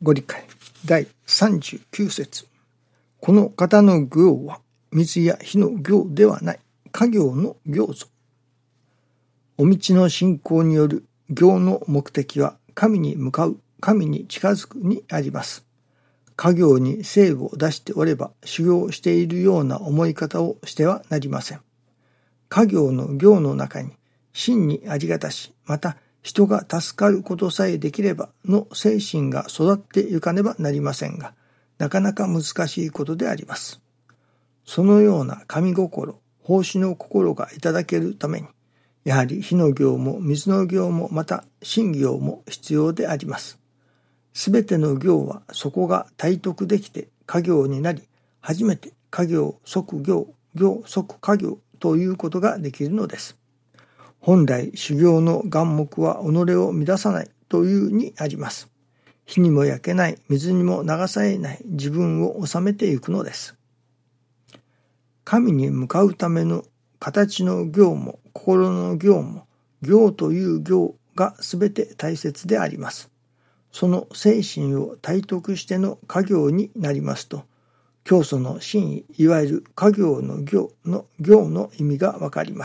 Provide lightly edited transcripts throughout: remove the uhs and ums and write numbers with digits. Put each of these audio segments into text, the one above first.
ご理解第39節。この方の行は水や火の行ではない家行の行ぞ。お道の信仰による行の目的は神に向かう、神に近づくにあります。家行に精を出しておれば修行しているような思い方をしてはなりません。家行の行の中に真にありがたし、また人が助かることさえできればの精神が育ってゆかねばなりませんが、なかなか難しいことであります。そのような神心、奉仕の心がいただけるために、やはり火の行も水の行もまた真行も必要であります。すべての行はそこが体得できて家行になり、初めて家行即行、行即家行ということができるのです。本来修行の眼目は己を乱さないというにあります。火にも焼けない、水にも流されない自分を収めていくのです。神に向かうための形の行も心の行も行という行がすべて大切であります。その精神を体得しての家行になりますと、教祖の真意、いわゆる家行の行の意味がわかります。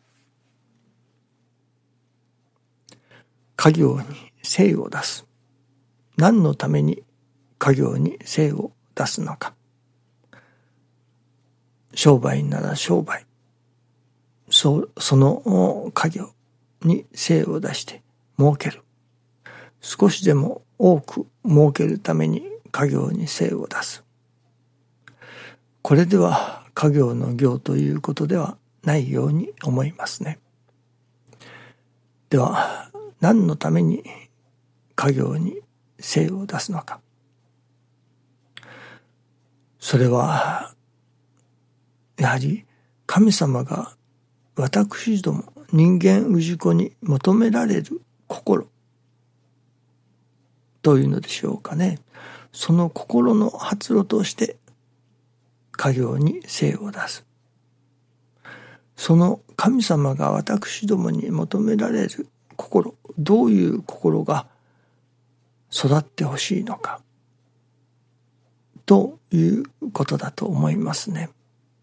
家業に精を出す。何のために家業に精を出すのか。商売なら商売。その家業に精を出して儲ける。少しでも多く儲けるために家業に精を出す。これでは家業の業ということではないように思いますね。では、何のために家業に精を出すのか。それはやはり神様が私ども人間氏子に求められる心というのでしょうかね。その心の発露として家業に精を出す。その神様が私どもに求められる心、どういう心が育ってほしいのかということだと思いますね。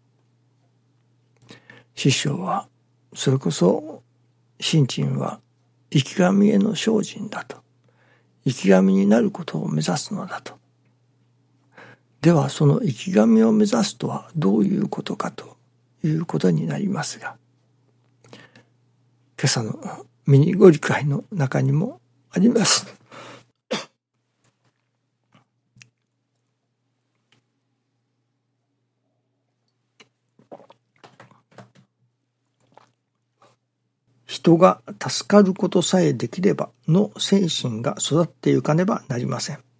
師匠はそれこそ信心は生き神への精進だと、生き神になることを目指すのだと。ではその生き神を目指すとはどういうことかということになりますが、今朝のミニご理解の中にもあります。人が助かることさえできればの精神が育ってゆかねばなりません。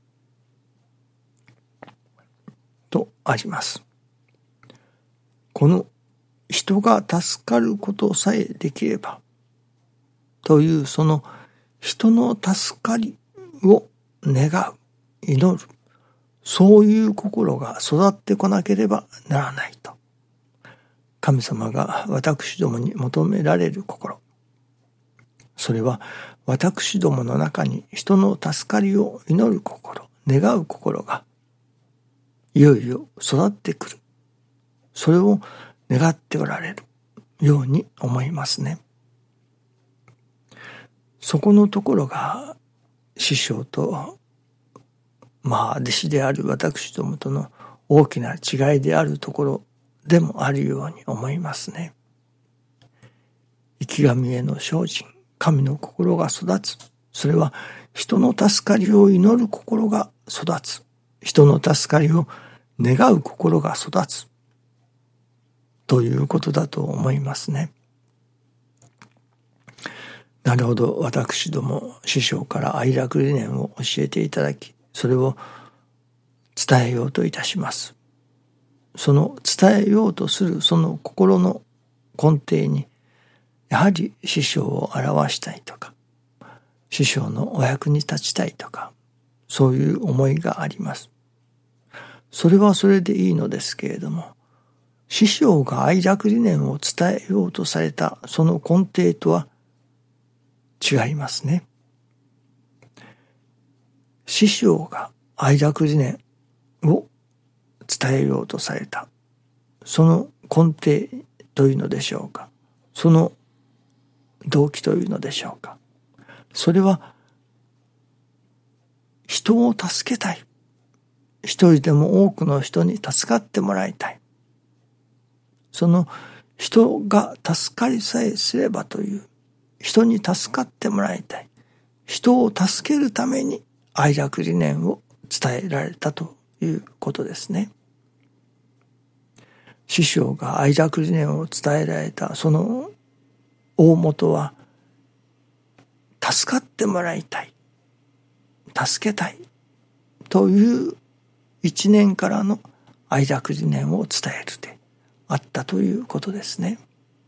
とあります。この人が助かることさえできればというその人の助かりを願う、祈る、そういう心が育ってこなければならないと。神様が私どもに求められる心。それは私どもの中に人の助かりを祈る心、願う心がいよいよ育ってくる。それを願っておられるように思いますね。そこのところが師匠と弟子である私どもとの大きな違いであるところでもあるように思いますね。生き神への精進、神の心が育つ。それは人の助かりを祈る心が育つ。人の助かりを願う心が育つ。ということだと思いますね。なるほど、私ども師匠から愛楽理念を教えていただき、それを伝えようといたします。その伝えようとするその心の根底に、やはり師匠を表したいとか、師匠のお役に立ちたいとか、そういう思いがあります。それはそれでいいのですけれども、師匠が愛楽理念を伝えようとされたその根底とは違いますね。 師匠が愛楽理念を伝えようとされた、その根底というのでしょうか、その動機というのでしょうか、それは人を助けたい、一人でも多くの人に助かってもらいたい、その人が助かりさえすればという、人に助かってもらいたい、人を助けるために愛楽理念を伝えられたということですね。師匠が愛楽理念を伝えられたその大元は、助かってもらいたい、助けたいという一年からの愛楽理念を伝えるであったということですね。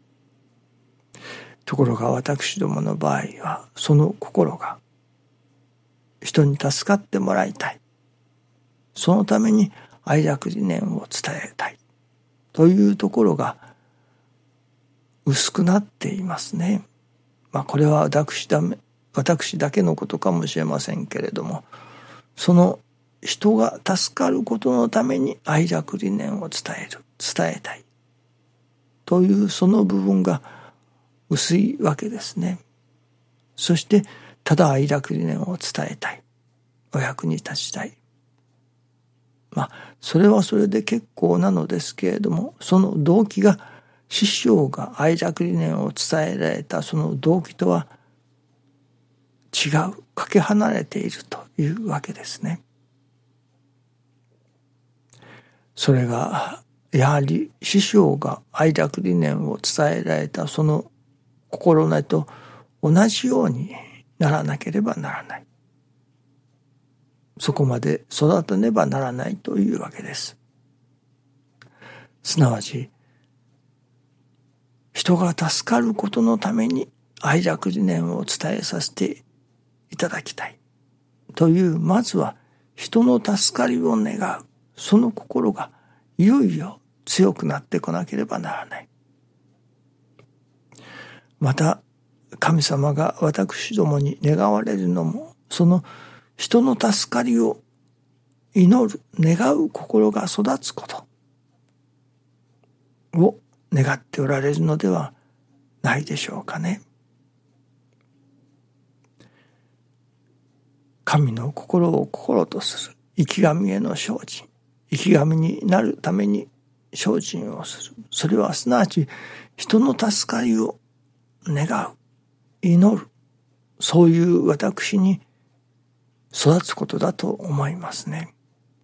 ところが私どもの場合は、その心が人に助かってもらいたい、そのために愛楽理念を伝えたいというところが薄くなっていますね。これは私だけのことかもしれませんけれども、その人が助かることのために愛楽理念を伝えたいというその部分が薄いわけですね。そしてただ愛楽理念を伝えたい、お役に立ちたい、それはそれで結構なのですけれども、その動機が、師匠が愛楽理念を伝えられたその動機とは違う、かけ離れているというわけですね。それがやはり師匠が愛楽理念を伝えられたその心根と同じようにならなければならない、そこまで育たねばならないというわけです。すなわち人が助かることのために愛楽理念を伝えさせていただきたいという、まずは人の助かりを願う、その心がいよいよ強くなってこなければならない。また神様が私どもに願われるのも、その人の助かりを祈る、願う心が育つことを願っておられるのではないでしょうかね。神の心を心とする生き神への精進、生き神になるために精進をする、それはすなわち人の助かりを願う、祈る、そういう私に育つことだと思いますね。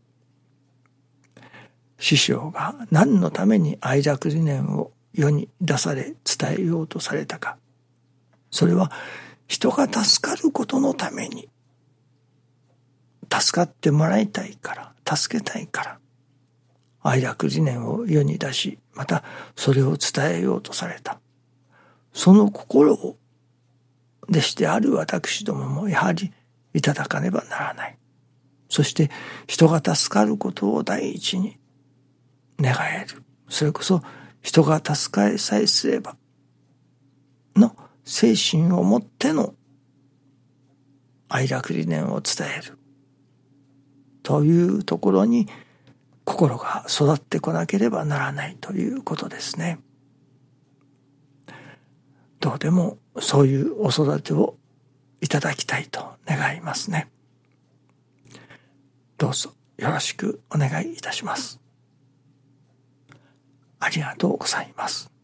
師匠が何のために愛楽理念を世に出され伝えようとされたか、それは人が助かることのために、助かってもらいたいから、助けたいから愛楽理念を世に出し、またそれを伝えようとされた。その心を弟子である私どももやはりいただかねばならない。そして人が助かることを第一に願える、それこそ人が助かりさえすればの精神をもっての愛楽理念を伝えるというところに心が育ってこなければならないということですね。どうでもそういうお育てをいただきたいと願いますね。どうぞよろしくお願いいたします。ありがとうございます。